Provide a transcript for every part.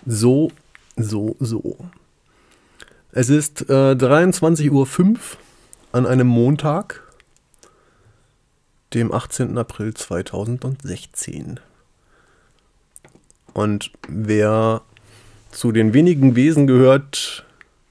So, so. Es ist 23:05 Uhr an einem Montag, dem 18. April 2016. Und wer zu den wenigen Wesen gehört,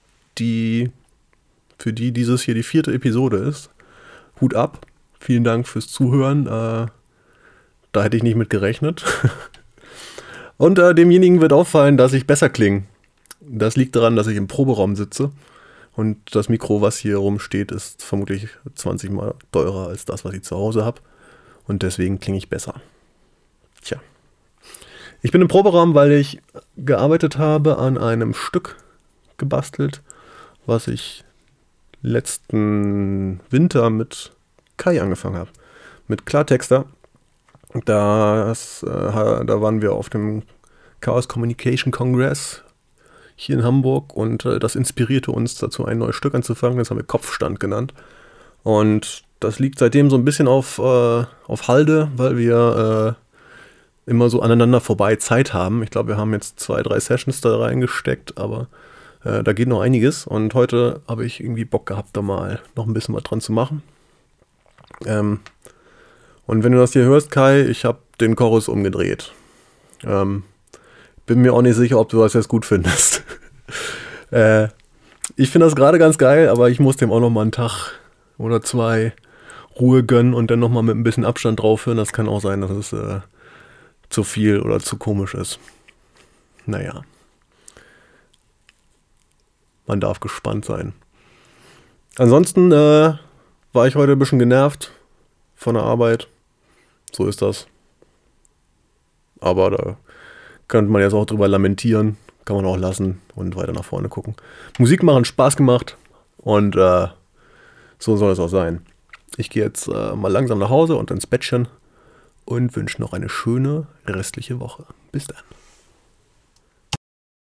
für die dieses hier die 4. Episode ist, Hut ab. Vielen Dank fürs Zuhören. Da hätte ich nicht mit gerechnet. Und demjenigen wird auffallen, dass ich besser klinge. Das liegt daran, dass ich im Proberaum sitze. Und das Mikro, was hier rumsteht, ist vermutlich 20 Mal teurer als das, was ich zu Hause habe. Und deswegen klinge ich besser. Tja. Ich bin im Proberaum, weil ich gearbeitet habe an einem Stück gebastelt, was ich letzten Winter mit Kai angefangen habe. Mit Klartexter. Da waren wir auf dem Chaos Communication Congress hier in Hamburg und das inspirierte uns dazu, ein neues Stück anzufangen. Das haben wir Kopfstand genannt. Und das liegt seitdem so ein bisschen auf Halde, weil wir immer so aneinander vorbei Zeit haben. Ich glaube, wir haben jetzt 2-3 Sessions da reingesteckt, aber da geht noch einiges. Und heute habe ich irgendwie Bock gehabt, da mal noch ein bisschen was dran zu machen. Und wenn du das hier hörst, Kai, ich habe den Chorus umgedreht. Bin mir auch nicht sicher, ob du das jetzt gut findest. Ich finde das gerade ganz geil, aber ich muss dem auch noch mal einen Tag oder 2 Ruhe gönnen und dann noch mal mit ein bisschen Abstand drauf hören. Das kann auch sein, dass es zu viel oder zu komisch ist. Naja. Man darf gespannt sein. Ansonsten war ich heute ein bisschen genervt von der Arbeit. So ist das. Aber da könnte man jetzt auch drüber lamentieren. Kann man auch lassen und weiter nach vorne gucken. Musik machen, Spaß gemacht. Und so soll es auch sein. Ich gehe jetzt mal langsam nach Hause und ins Bettchen. Und wünsche noch eine schöne restliche Woche. Bis dann.